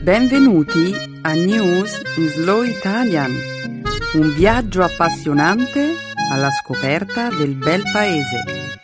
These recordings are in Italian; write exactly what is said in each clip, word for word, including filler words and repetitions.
Benvenuti a News in Slow Italian, un viaggio appassionante alla scoperta del bel paese.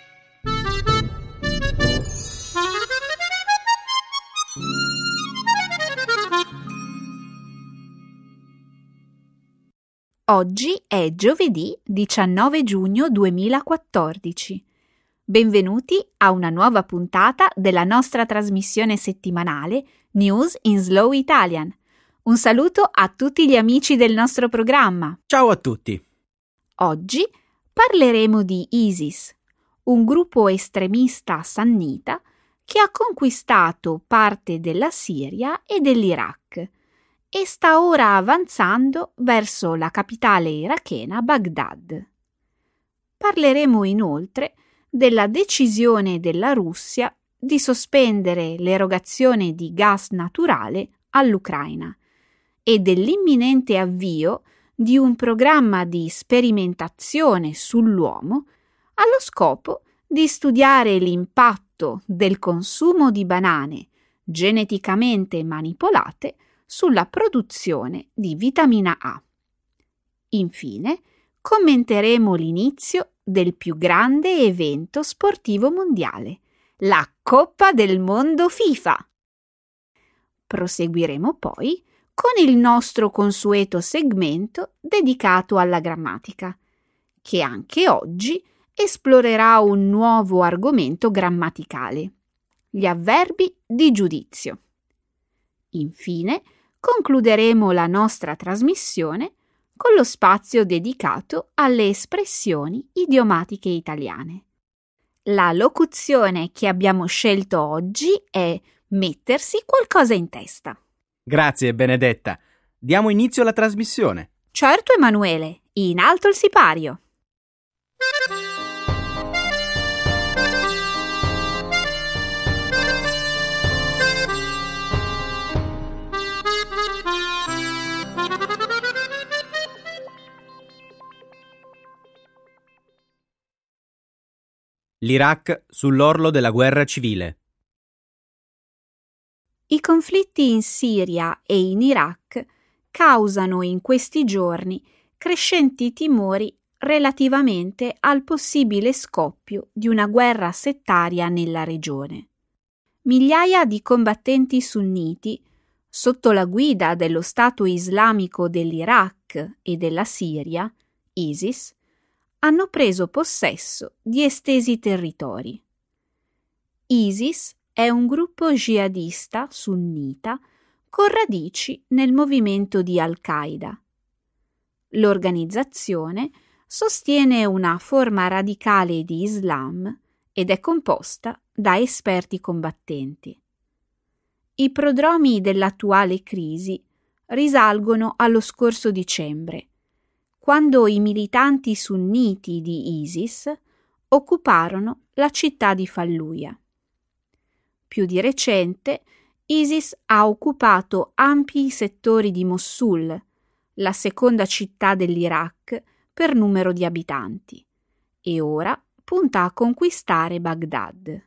Oggi è giovedì diciannove giugno duemilaquattordici. Benvenuti a una nuova puntata della nostra trasmissione settimanale News in Slow Italian. Un saluto a tutti gli amici del nostro programma. Ciao a tutti! Oggi parleremo di ISIS, un gruppo estremista sunnita che ha conquistato parte della Siria e dell'Iraq e sta ora avanzando verso la capitale irachena Baghdad. Parleremo inoltre della decisione della Russia di sospendere l'erogazione di gas naturale all'Ucraina e dell'imminente avvio di un programma di sperimentazione sull'uomo allo scopo di studiare l'impatto del consumo di banane geneticamente manipolate sulla produzione di vitamina A. Infine, commenteremo l'inizio del più grande evento sportivo mondiale, la Coppa del Mondo FIFA. Proseguiremo poi con il nostro consueto segmento dedicato alla grammatica, che anche oggi esplorerà un nuovo argomento grammaticale, gli avverbi di giudizio. Infine, concluderemo la nostra trasmissione con lo spazio dedicato alle espressioni idiomatiche italiane. La locuzione che abbiamo scelto oggi è mettersi qualcosa in testa. Grazie, Benedetta. Diamo inizio alla trasmissione. Certo, Emanuele, in alto il sipario. L'Iraq sull'orlo della guerra civile. I conflitti in Siria e in Iraq causano in questi giorni crescenti timori relativamente al possibile scoppio di una guerra settaria nella regione. Migliaia di combattenti sunniti, sotto la guida dello Stato islamico dell'Iraq e della Siria, ISIS, hanno preso possesso di estesi territori. ISIS è un gruppo jihadista sunnita con radici nel movimento di Al-Qaeda. L'organizzazione sostiene una forma radicale di Islam ed è composta da esperti combattenti. I prodromi dell'attuale crisi risalgono allo scorso dicembre, quando i militanti sunniti di ISIS occuparono la città di Fallujah. Più di recente, ISIS ha occupato ampi settori di Mosul, la seconda città dell'Iraq per numero di abitanti, e ora punta a conquistare Baghdad.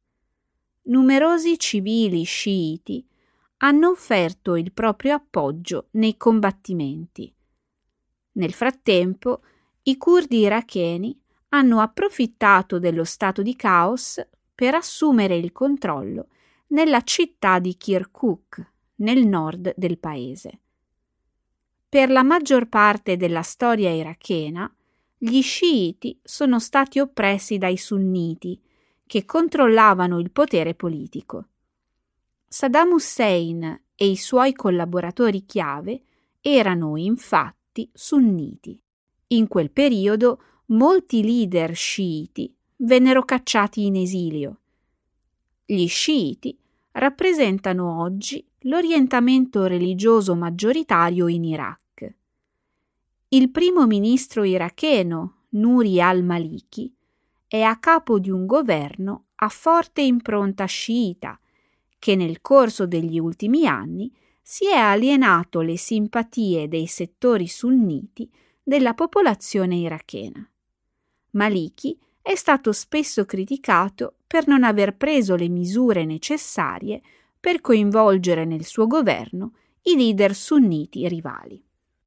Numerosi civili sciiti hanno offerto il proprio appoggio nei combattimenti. Nel frattempo, i curdi iracheni hanno approfittato dello stato di caos per assumere il controllo nella città di Kirkuk, nel nord del paese. Per la maggior parte della storia irachena, gli sciiti sono stati oppressi dai sunniti, che controllavano il potere politico. Saddam Hussein e i suoi collaboratori chiave erano infatti sunniti. In quel periodo molti leader sciiti vennero cacciati in esilio. Gli sciiti rappresentano oggi l'orientamento religioso maggioritario in Iraq. Il primo ministro iracheno, Nouri al-Maliki, è a capo di un governo a forte impronta sciita che nel corso degli ultimi anni si è alienato le simpatie dei settori sunniti della popolazione irachena. Maliki è stato spesso criticato per non aver preso le misure necessarie per coinvolgere nel suo governo i leader sunniti rivali.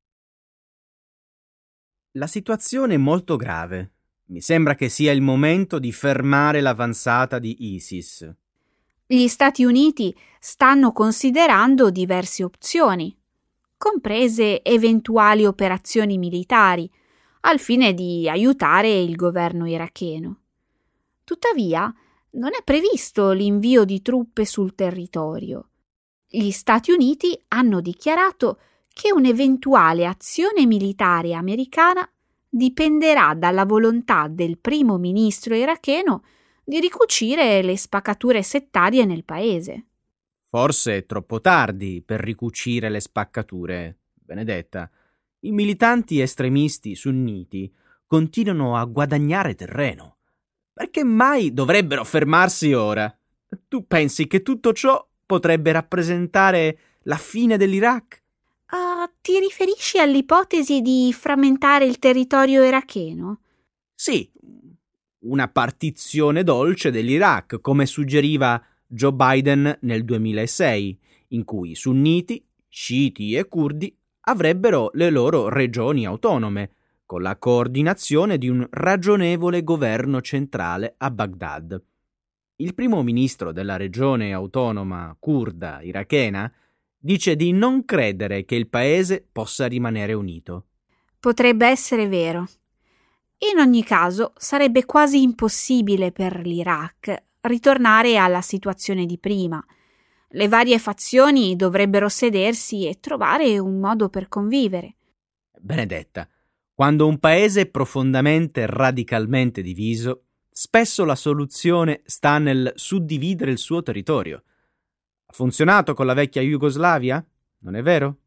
La situazione è molto grave. Mi sembra che sia il momento di fermare l'avanzata di ISIS. Gli Stati Uniti stanno considerando diverse opzioni, comprese eventuali operazioni militari, al fine di aiutare il governo iracheno. Tuttavia, non è previsto l'invio di truppe sul territorio. Gli Stati Uniti hanno dichiarato che un'eventuale azione militare americana dipenderà dalla volontà del primo ministro iracheno di ricucire le spaccature settarie nel paese. Forse è troppo tardi per ricucire le spaccature, Benedetta. I militanti estremisti sunniti continuano a guadagnare terreno. Perché mai dovrebbero fermarsi ora? Tu pensi che tutto ciò potrebbe rappresentare la fine dell'Iraq? Uh, ti riferisci all'ipotesi di frammentare il territorio iracheno? Sì, una partizione dolce dell'Iraq, come suggeriva Joe Biden nel duemilasei, in cui sunniti, sciiti e curdi avrebbero le loro regioni autonome, con la coordinazione di un ragionevole governo centrale a Baghdad. Il primo ministro della regione autonoma curda irachena dice di non credere che il paese possa rimanere unito. Potrebbe essere vero. In ogni caso, sarebbe quasi impossibile per l'Iraq ritornare alla situazione di prima. Le varie fazioni dovrebbero sedersi e trovare un modo per convivere. Benedetta, quando un paese è profondamente, radicalmente diviso, spesso la soluzione sta nel suddividere il suo territorio. Ha funzionato con la vecchia Jugoslavia? Non è vero?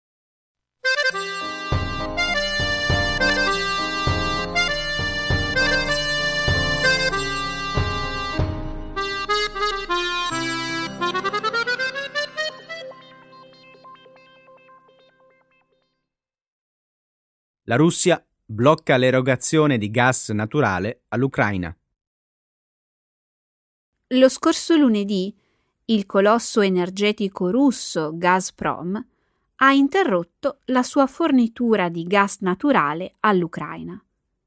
La Russia blocca l'erogazione di gas naturale all'Ucraina. Lo scorso lunedì, il colosso energetico russo Gazprom ha interrotto la sua fornitura di gas naturale all'Ucraina.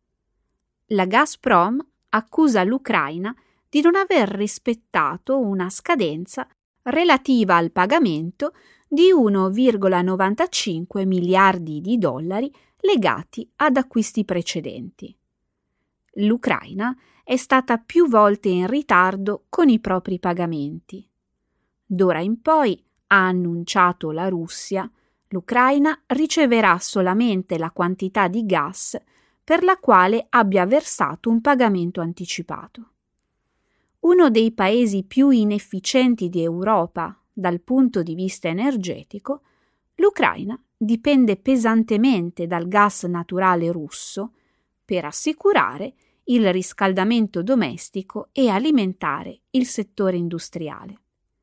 La Gazprom accusa l'Ucraina di non aver rispettato una scadenza relativa al pagamento di uno virgola novantacinque miliardi di dollari legati ad acquisti precedenti. L'Ucraina è stata più volte in ritardo con i propri pagamenti. D'ora in poi, ha annunciato la Russia, l'Ucraina riceverà solamente la quantità di gas per la quale abbia versato un pagamento anticipato. Uno dei paesi più inefficienti di Europa dal punto di vista energetico, l'Ucraina dipende pesantemente dal gas naturale russo per assicurare il riscaldamento domestico e alimentare il settore industriale.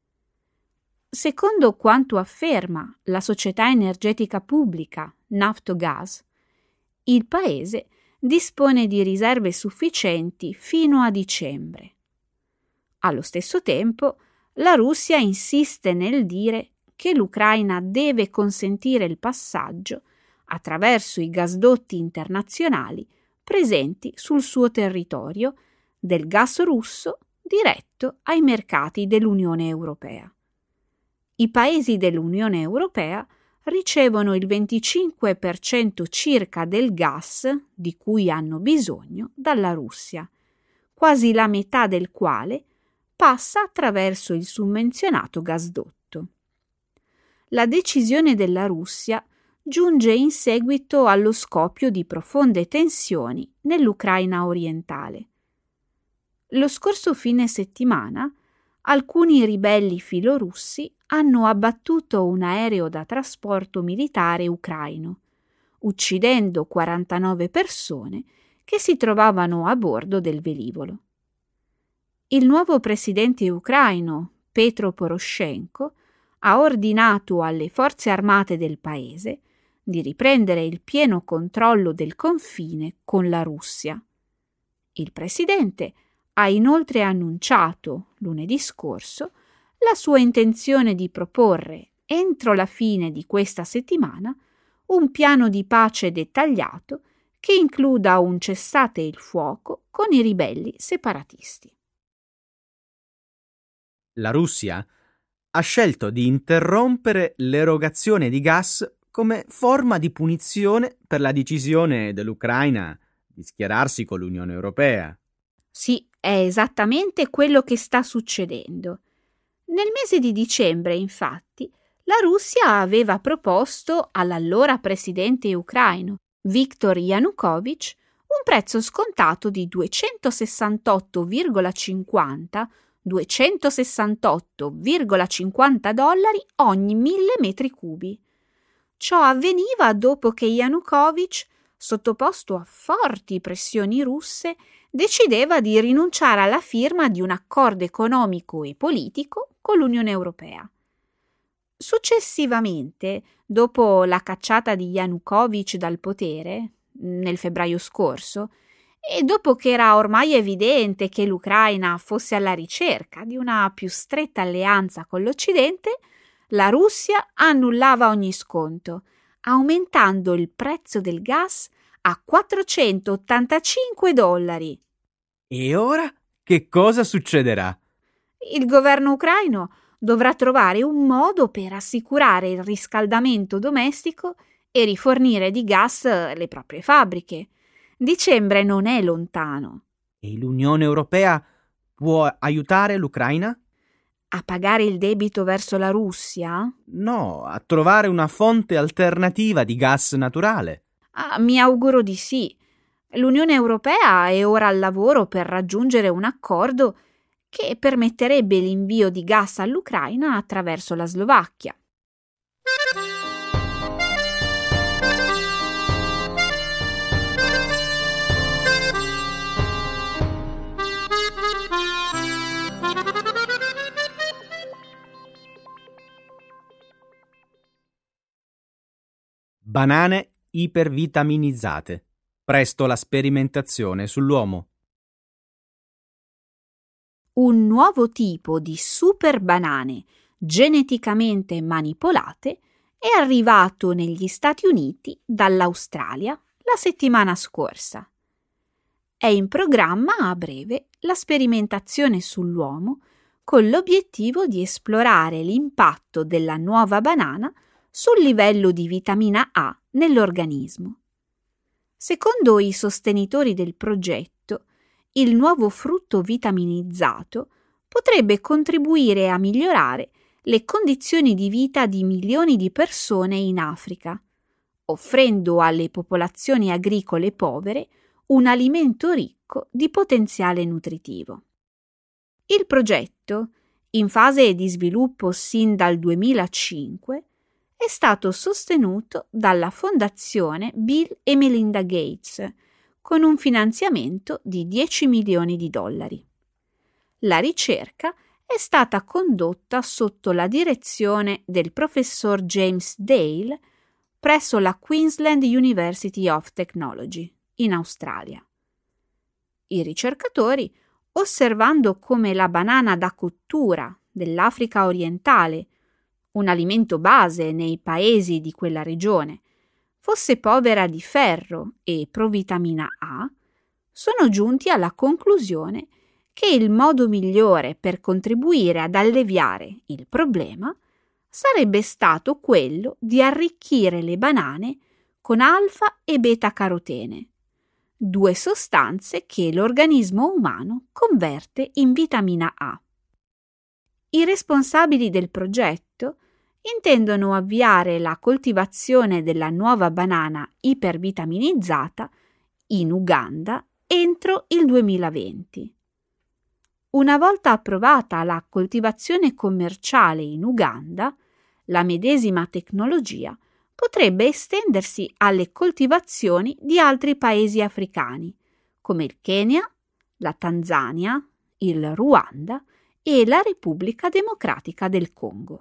Secondo quanto afferma la società energetica pubblica Naftogaz, il paese dispone di riserve sufficienti fino a dicembre. Allo stesso tempo, la Russia insiste nel dire che l'Ucraina deve consentire il passaggio, attraverso i gasdotti internazionali presenti sul suo territorio, del gas russo diretto ai mercati dell'Unione Europea. I paesi dell'Unione Europea ricevono il venticinque per cento circa del gas di cui hanno bisogno dalla Russia, quasi la metà del quale passa attraverso il summenzionato gasdotto. La decisione della Russia giunge in seguito allo scoppio di profonde tensioni nell'Ucraina orientale. Lo scorso fine settimana, alcuni ribelli filorussi hanno abbattuto un aereo da trasporto militare ucraino, uccidendo quarantanove persone che si trovavano a bordo del velivolo. Il nuovo presidente ucraino, Petro Poroshenko, ha ordinato alle forze armate del paese di riprendere il pieno controllo del confine con la Russia. Il presidente ha inoltre annunciato, lunedì scorso, la sua intenzione di proporre, entro la fine di questa settimana, un piano di pace dettagliato che includa un cessate il fuoco con i ribelli separatisti. La Russia ha scelto di interrompere l'erogazione di gas come forma di punizione per la decisione dell'Ucraina di schierarsi con l'Unione Europea. Sì, è esattamente quello che sta succedendo. Nel mese di dicembre, infatti, la Russia aveva proposto all'allora presidente ucraino, Viktor Yanukovych, un prezzo scontato di duecentosessantotto virgola cinquanta duecentosessantotto virgola cinquanta dollari ogni mille metri cubi. Ciò avveniva dopo che Yanukovych, sottoposto a forti pressioni russe, decideva di rinunciare alla firma di un accordo economico e politico con l'Unione Europea. Successivamente, dopo la cacciata di Yanukovych dal potere, nel febbraio scorso, e dopo che era ormai evidente che l'Ucraina fosse alla ricerca di una più stretta alleanza con l'Occidente, la Russia annullava ogni sconto, aumentando il prezzo del gas a quattrocentottantacinque dollari. E ora che cosa succederà? Il governo ucraino dovrà trovare un modo per assicurare il riscaldamento domestico e rifornire di gas le proprie fabbriche. Dicembre non è lontano. E l'Unione Europea può aiutare l'Ucraina? A pagare il debito verso la Russia? No, a trovare una fonte alternativa di gas naturale. Ah, mi auguro di sì. L'Unione Europea è ora al lavoro per raggiungere un accordo che permetterebbe l'invio di gas all'Ucraina attraverso la Slovacchia. Banane ipervitaminizzate. Presto la sperimentazione sull'uomo. Un nuovo tipo di super banane geneticamente manipolate è arrivato negli Stati Uniti dall'Australia la settimana scorsa. È in programma a breve la sperimentazione sull'uomo con l'obiettivo di esplorare l'impatto della nuova banana sul livello di vitamina A nell'organismo. Secondo i sostenitori del progetto, il nuovo frutto vitaminizzato potrebbe contribuire a migliorare le condizioni di vita di milioni di persone in Africa, offrendo alle popolazioni agricole povere un alimento ricco di potenziale nutritivo. Il progetto, in fase di sviluppo sin dal duemilacinque, è stato sostenuto dalla Fondazione Bill e Melinda Gates con un finanziamento di dieci milioni di dollari. La ricerca è stata condotta sotto la direzione del professor James Dale presso la Queensland University of Technology in Australia. I ricercatori, osservando come la banana da cottura dell'Africa orientale, un alimento base nei paesi di quella regione, fosse povera di ferro e provitamina A, sono giunti alla conclusione che il modo migliore per contribuire ad alleviare il problema sarebbe stato quello di arricchire le banane con alfa e beta-carotene, due sostanze che l'organismo umano converte in vitamina A. I responsabili del progetto intendono avviare la coltivazione della nuova banana ipervitaminizzata in Uganda entro il duemilaventi. Una volta approvata la coltivazione commerciale in Uganda, la medesima tecnologia potrebbe estendersi alle coltivazioni di altri paesi africani, come il Kenya, la Tanzania, il Ruanda e la Repubblica Democratica del Congo.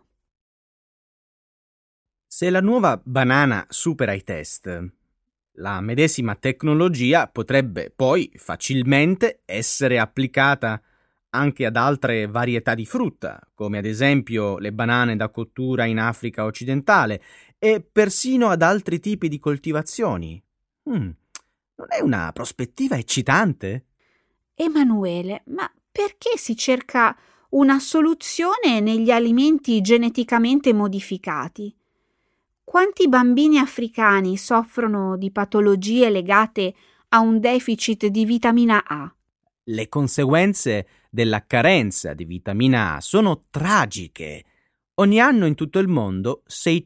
Se la nuova banana supera i test, la medesima tecnologia potrebbe poi facilmente essere applicata anche ad altre varietà di frutta, come ad esempio le banane da cottura in Africa occidentale, e persino ad altri tipi di coltivazioni. Mm, non è una prospettiva eccitante? Emanuele, ma perché si cerca una soluzione negli alimenti geneticamente modificati? Quanti bambini africani soffrono di patologie legate a un deficit di vitamina A? Le conseguenze della carenza di vitamina A sono tragiche. Ogni anno in tutto il mondo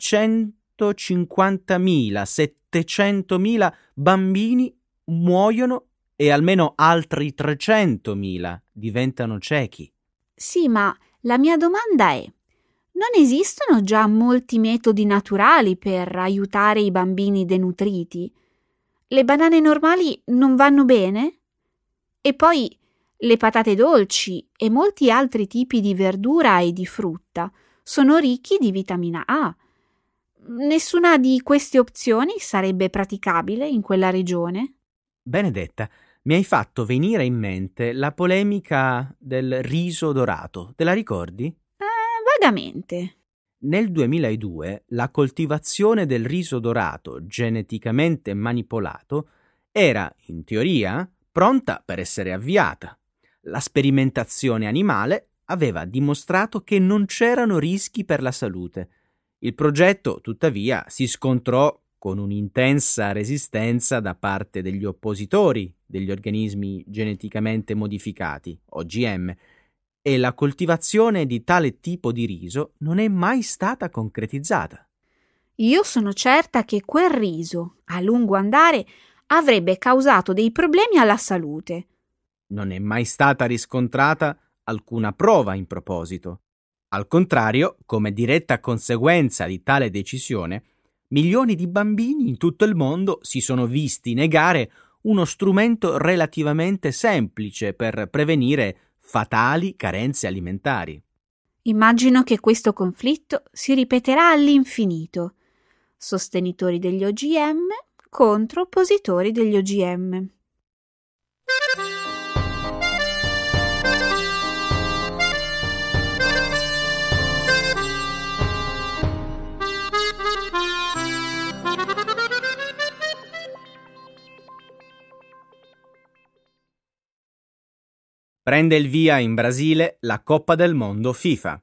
seicentocinquantamila settecentomila bambini muoiono e almeno altri trecentomila diventano ciechi. Sì, ma la mia domanda è: non esistono già molti metodi naturali per aiutare i bambini denutriti? Le banane normali non vanno bene? E poi le patate dolci e molti altri tipi di verdura e di frutta sono ricchi di vitamina A. Nessuna di queste opzioni sarebbe praticabile in quella regione? Benedetta, mi hai fatto venire in mente la polemica del riso dorato. Te la ricordi? Eh, vagamente. Nel duemiladue la coltivazione del riso dorato geneticamente manipolato era, in teoria, pronta per essere avviata. La sperimentazione animale aveva dimostrato che non c'erano rischi per la salute. Il progetto, tuttavia, si scontrò con un'intensa resistenza da parte degli oppositori degli organismi geneticamente modificati, O G M, e la coltivazione di tale tipo di riso non è mai stata concretizzata. Io sono certa che quel riso, a lungo andare, avrebbe causato dei problemi alla salute. Non è mai stata riscontrata alcuna prova in proposito. Al contrario, come diretta conseguenza di tale decisione, milioni di bambini in tutto il mondo si sono visti negare uno strumento relativamente semplice per prevenire fatali carenze alimentari. Immagino che questo conflitto si ripeterà all'infinito. Sostenitori degli O G M contro oppositori degli O G M. Prende il via in Brasile la Coppa del Mondo FIFA.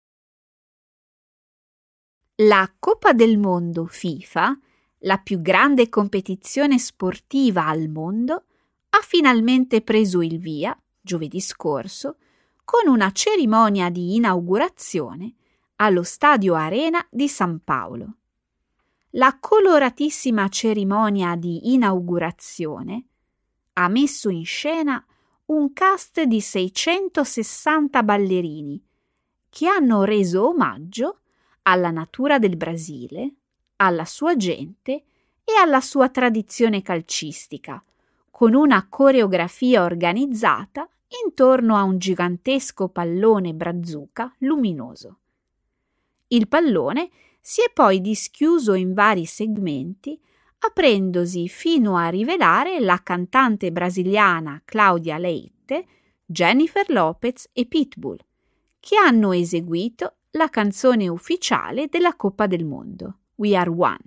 La Coppa del Mondo FIFA, la più grande competizione sportiva al mondo, ha finalmente preso il via, giovedì scorso, con una cerimonia di inaugurazione allo Stadio Arena di San Paolo. La coloratissima cerimonia di inaugurazione ha messo in scena un cast di seicentosessanta ballerini che hanno reso omaggio alla natura del Brasile, alla sua gente e alla sua tradizione calcistica, con una coreografia organizzata intorno a un gigantesco pallone brazuca luminoso. Il pallone si è poi dischiuso in vari segmenti, aprendosi fino a rivelare la cantante brasiliana Cláudia Leite, Jennifer Lopez e Pitbull, che hanno eseguito la canzone ufficiale della Coppa del Mondo, We Are One.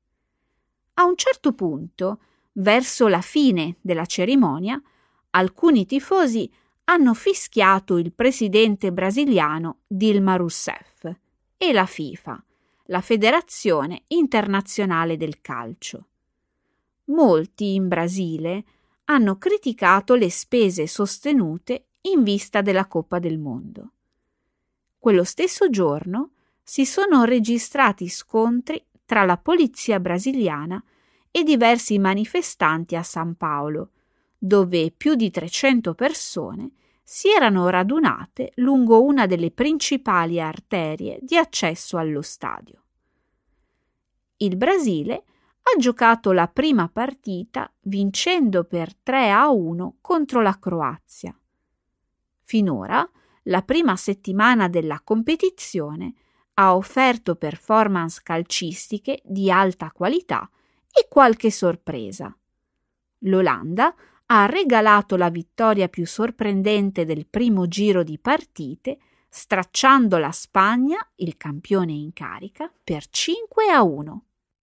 A un certo punto, verso la fine della cerimonia, alcuni tifosi hanno fischiato il presidente brasiliano Dilma Rousseff e la FIFA, la Federazione Internazionale del Calcio. Molti in Brasile hanno criticato le spese sostenute in vista della Coppa del Mondo. Quello stesso giorno si sono registrati scontri tra la polizia brasiliana e diversi manifestanti a San Paolo, dove più di trecento persone si erano radunate lungo una delle principali arterie di accesso allo stadio. Il Brasile ha giocato la prima partita vincendo per tre a uno contro la Croazia. Finora, la prima settimana della competizione ha offerto performance calcistiche di alta qualità e qualche sorpresa. L'Olanda ha regalato la vittoria più sorprendente del primo giro di partite, stracciando la Spagna, il campione in carica, per cinque a uno.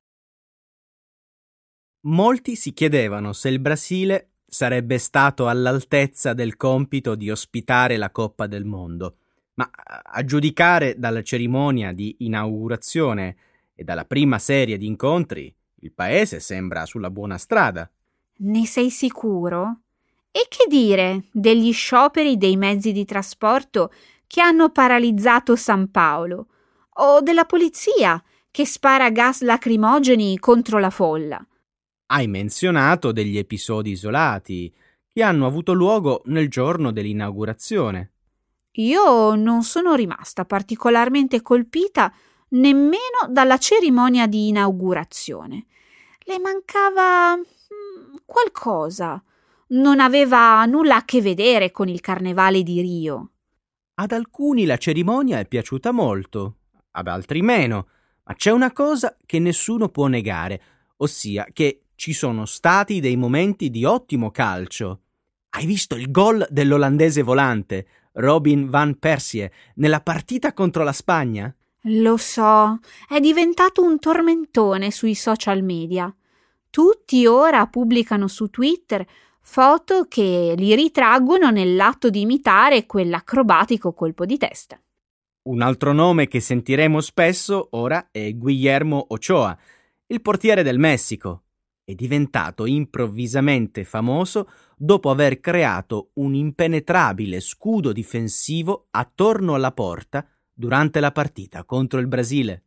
Molti si chiedevano se il Brasile sarebbe stato all'altezza del compito di ospitare la Coppa del Mondo, ma a giudicare dalla cerimonia di inaugurazione e dalla prima serie di incontri, il paese sembra sulla buona strada. Ne sei sicuro? E che dire degli scioperi dei mezzi di trasporto che hanno paralizzato San Paolo, o della polizia che spara gas lacrimogeni contro la folla? Hai menzionato degli episodi isolati che hanno avuto luogo nel giorno dell'inaugurazione. Io non sono rimasta particolarmente colpita nemmeno dalla cerimonia di inaugurazione. Le mancava mm, qualcosa. Non aveva nulla a che vedere con il carnevale di Rio. Ad alcuni la cerimonia è piaciuta molto, ad altri meno, ma c'è una cosa che nessuno può negare, ossia che ci sono stati dei momenti di ottimo calcio. Hai visto il gol dell'olandese volante, Robin van Persie, nella partita contro la Spagna? Lo so, è diventato un tormentone sui social media. Tutti ora pubblicano su Twitter foto che li ritraggono nell'atto di imitare quell'acrobatico colpo di testa. Un altro nome che sentiremo spesso ora è Guillermo Ochoa, il portiere del Messico. È diventato improvvisamente famoso dopo aver creato un impenetrabile scudo difensivo attorno alla porta durante la partita contro il Brasile.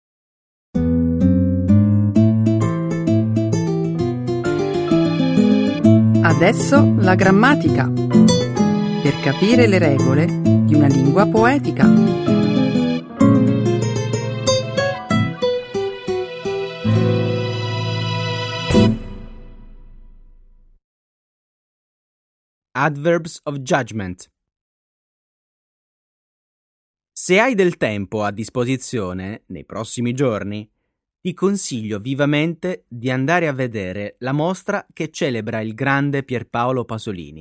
Adesso la grammatica, per capire le regole di una lingua poetica. Adverbs of judgment. Se hai del tempo a disposizione nei prossimi giorni, ti consiglio vivamente di andare a vedere la mostra che celebra il grande Pierpaolo Pasolini.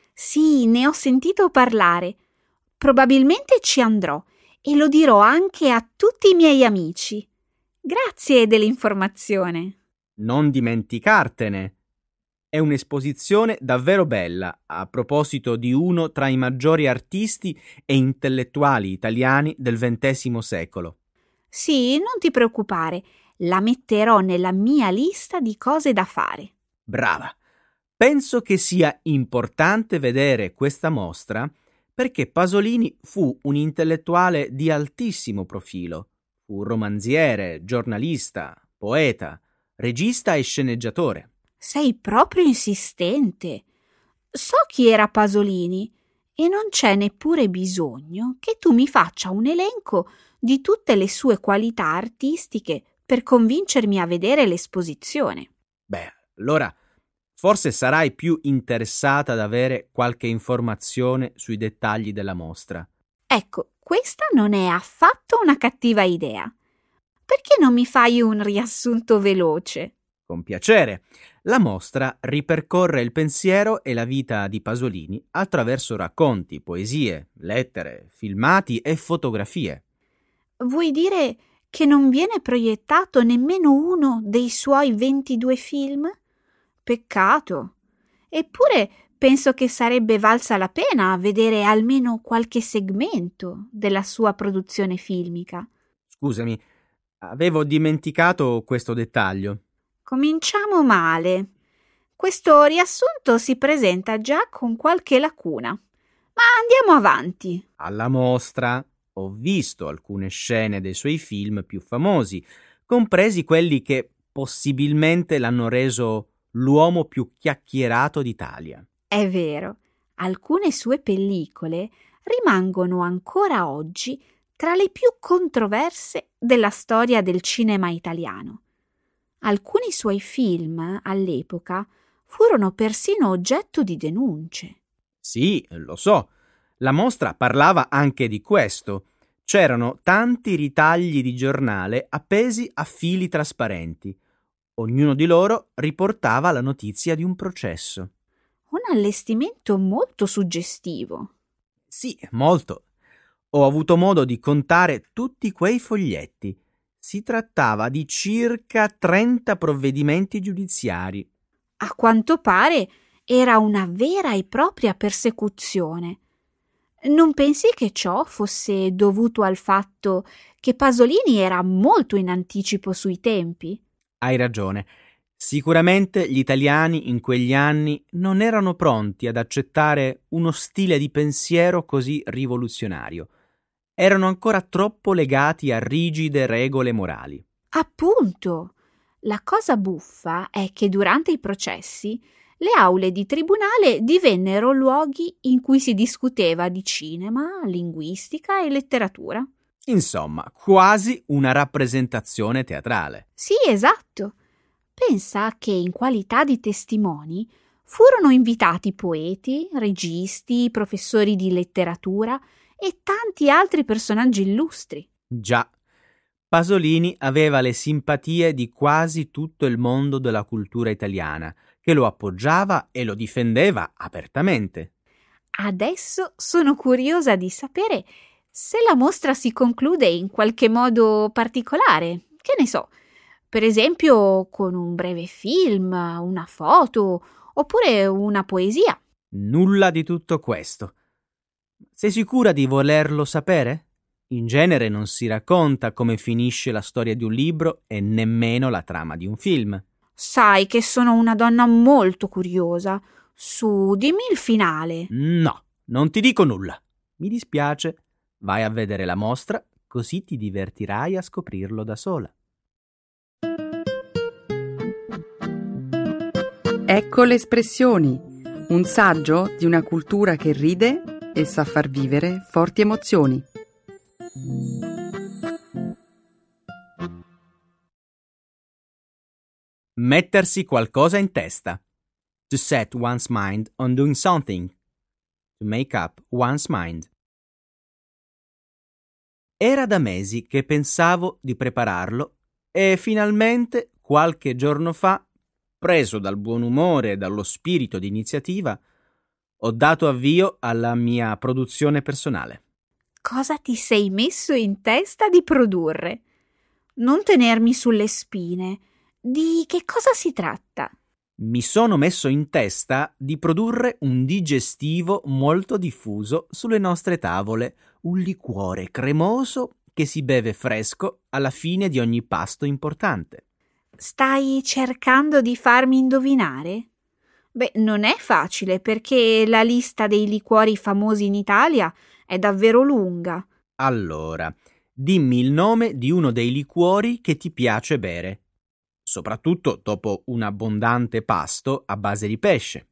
Sì, ne ho sentito parlare. Probabilmente ci andrò e lo dirò anche a tutti i miei amici. Grazie dell'informazione. Non dimenticartene. È un'esposizione davvero bella a proposito di uno tra i maggiori artisti e intellettuali italiani del ventesimo secolo. Sì, non ti preoccupare, la metterò nella mia lista di cose da fare. Brava! Penso che sia importante vedere questa mostra perché Pasolini fu un intellettuale di altissimo profilo. Fu romanziere, giornalista, poeta, regista e sceneggiatore. Sei proprio insistente. So chi era Pasolini e non c'è neppure bisogno che tu mi faccia un elenco di tutte le sue qualità artistiche per convincermi a vedere l'esposizione. Beh, allora forse sarai più interessata ad avere qualche informazione sui dettagli della mostra. Ecco, questa non è affatto una cattiva idea. Perché non mi fai un riassunto veloce? Con piacere. La mostra ripercorre il pensiero e la vita di Pasolini attraverso racconti, poesie, lettere, filmati e fotografie. Vuoi dire che non viene proiettato nemmeno uno dei suoi ventidue film? Peccato. Eppure penso che sarebbe valsa la pena vedere almeno qualche segmento della sua produzione filmica. Scusami, avevo dimenticato questo dettaglio. Cominciamo male. Questo riassunto si presenta già con qualche lacuna. Ma andiamo avanti. Alla mostra ho visto alcune scene dei suoi film più famosi, compresi quelli che possibilmente l'hanno reso l'uomo più chiacchierato d'Italia. È vero, alcune sue pellicole rimangono ancora oggi tra le più controverse della storia del cinema italiano. Alcuni suoi film, all'epoca, furono persino oggetto di denunce. Sì, lo so. La mostra parlava anche di questo. C'erano tanti ritagli di giornale appesi a fili trasparenti. Ognuno di loro riportava la notizia di un processo. Un allestimento molto suggestivo. Sì, molto. Ho avuto modo di contare tutti quei foglietti. Si trattava di circa trenta provvedimenti giudiziari. A quanto pare era una vera e propria persecuzione. Non pensi che ciò fosse dovuto al fatto che Pasolini era molto in anticipo sui tempi? Hai ragione. Sicuramente gli italiani in quegli anni non erano pronti ad accettare uno stile di pensiero così rivoluzionario. Erano ancora troppo legati a rigide regole morali. Appunto! La cosa buffa è che durante i processi le aule di tribunale divennero luoghi in cui si discuteva di cinema, linguistica e letteratura. Insomma, quasi una rappresentazione teatrale. Sì, esatto. Pensa che in qualità di testimoni furono invitati poeti, registi, professori di letteratura e tanti altri personaggi illustri. Già, Pasolini aveva le simpatie di quasi tutto il mondo della cultura italiana, che lo appoggiava e lo difendeva apertamente. Adesso sono curiosa di sapere se la mostra si conclude in qualche modo particolare, che ne so, per esempio con un breve film, una foto oppure una poesia. Nulla di tutto questo. Sei sicura di volerlo sapere? In genere non si racconta come finisce la storia di un libro e nemmeno la trama di un film. Sai che sono una donna molto curiosa. Su, dimmi il finale. No, non ti dico nulla. Mi dispiace. Vai a vedere la mostra, così ti divertirai a scoprirlo da sola. Ecco le espressioni, un saggio di una cultura che ride e sa far vivere forti emozioni. Mettersi qualcosa in testa. To set one's mind on doing something. To make up one's mind. Era da mesi che pensavo di prepararlo e finalmente, qualche giorno fa, preso dal buon umore e dallo spirito di iniziativa, ho dato avvio alla mia produzione personale. Cosa ti sei messo in testa di produrre? Non tenermi sulle spine. Di che cosa si tratta? Mi sono messo in testa di produrre un digestivo molto diffuso sulle nostre tavole, un liquore cremoso che si beve fresco alla fine di ogni pasto importante. Stai cercando di farmi indovinare? Beh, non è facile perché la lista dei liquori famosi in Italia è davvero lunga. Allora, dimmi il nome di uno dei liquori che ti piace bere, soprattutto dopo un abbondante pasto a base di pesce.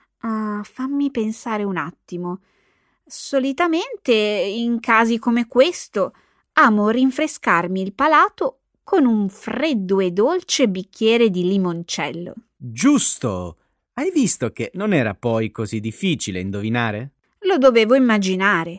Ah, fammi pensare un attimo. Solitamente, in casi come questo, amo rinfrescarmi il palato con un freddo e dolce bicchiere di limoncello. Giusto! Hai visto che non era poi così difficile indovinare? Lo dovevo immaginare.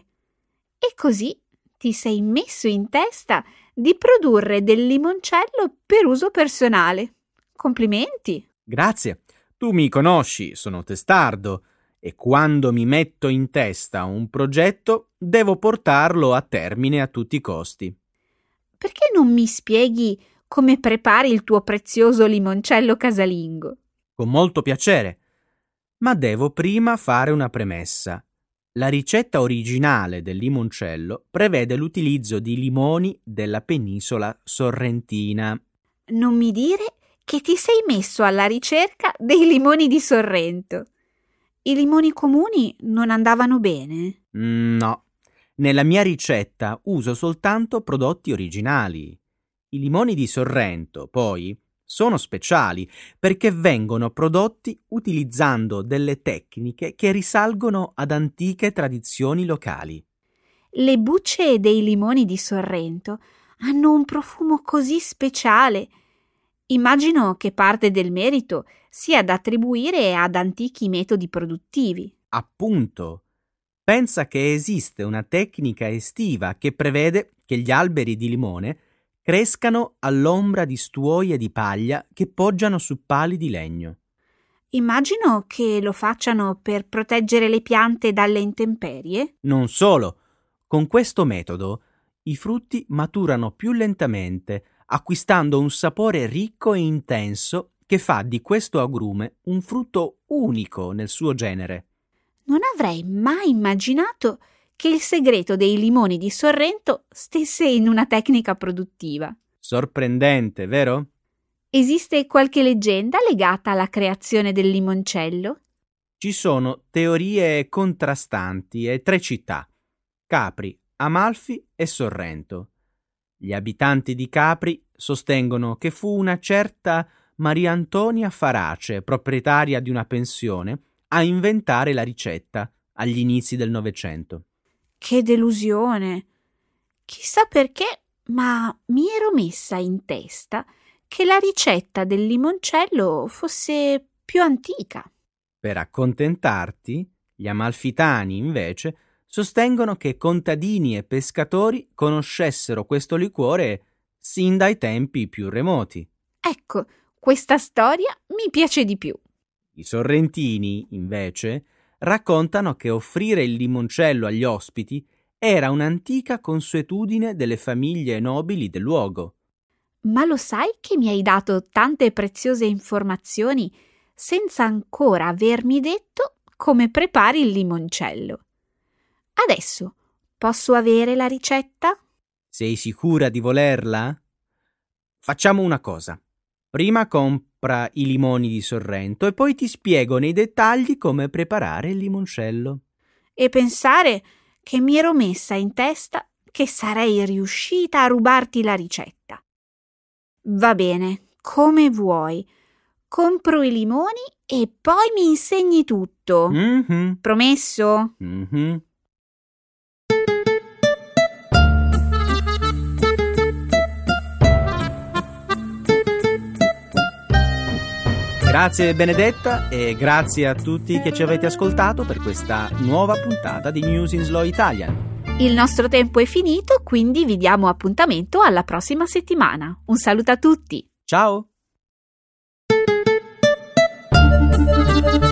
E così ti sei messo in testa di produrre del limoncello per uso personale. Complimenti! Grazie. Tu mi conosci, sono testardo e quando mi metto in testa un progetto devo portarlo a termine a tutti i costi. Perché non mi spieghi come prepari il tuo prezioso limoncello casalingo? Con molto piacere. Ma devo prima fare una premessa. La ricetta originale del limoncello prevede l'utilizzo di limoni della penisola sorrentina. Non mi dire che ti sei messo alla ricerca dei limoni di Sorrento. I limoni comuni non andavano bene? Mm, no. Nella mia ricetta uso soltanto prodotti originali. I limoni di Sorrento, poi, sono speciali perché vengono prodotti utilizzando delle tecniche che risalgono ad antiche tradizioni locali. Le bucce dei limoni di Sorrento hanno un profumo così speciale. Immagino che parte del merito sia da attribuire ad antichi metodi produttivi. Appunto. Pensa che esiste una tecnica estiva che prevede che gli alberi di limone crescano all'ombra di stuoi e di paglia che poggiano su pali di legno. Immagino che lo facciano per proteggere le piante dalle intemperie. Non solo. Con questo metodo i frutti maturano più lentamente, acquistando un sapore ricco e intenso che fa di questo agrume un frutto unico nel suo genere. Non avrei mai immaginato che il segreto dei limoni di Sorrento stesse in una tecnica produttiva. Sorprendente, vero? Esiste qualche leggenda legata alla creazione del limoncello? Ci sono teorie contrastanti e tre città: Capri, Amalfi e Sorrento. Gli abitanti di Capri sostengono che fu una certa Maria Antonia Farace, proprietaria di una pensione, a inventare la ricetta agli inizi del Novecento. Che delusione! Chissà perché, ma mi ero messa in testa che la ricetta del limoncello fosse più antica. Per accontentarti, gli amalfitani, invece, sostengono che contadini e pescatori conoscessero questo liquore sin dai tempi più remoti. Ecco, questa storia mi piace di più. I sorrentini, invece, raccontano che offrire il limoncello agli ospiti era un'antica consuetudine delle famiglie nobili del luogo. Ma lo sai che mi hai dato tante preziose informazioni senza ancora avermi detto come prepari il limoncello? Adesso posso avere la ricetta? Sei sicura di volerla? Facciamo una cosa. Prima compra i limoni di Sorrento e poi ti spiego nei dettagli come preparare il limoncello. E pensare che mi ero messa in testa che sarei riuscita a rubarti la ricetta. Va bene, come vuoi. Compro i limoni e poi mi insegni tutto. Mm-hmm. Promesso? Mm-hmm. Grazie Benedetta e grazie a tutti che ci avete ascoltato per questa nuova puntata di News in Slow Italian. Il nostro tempo è finito, quindi vi diamo appuntamento alla prossima settimana. Un saluto a tutti. Ciao!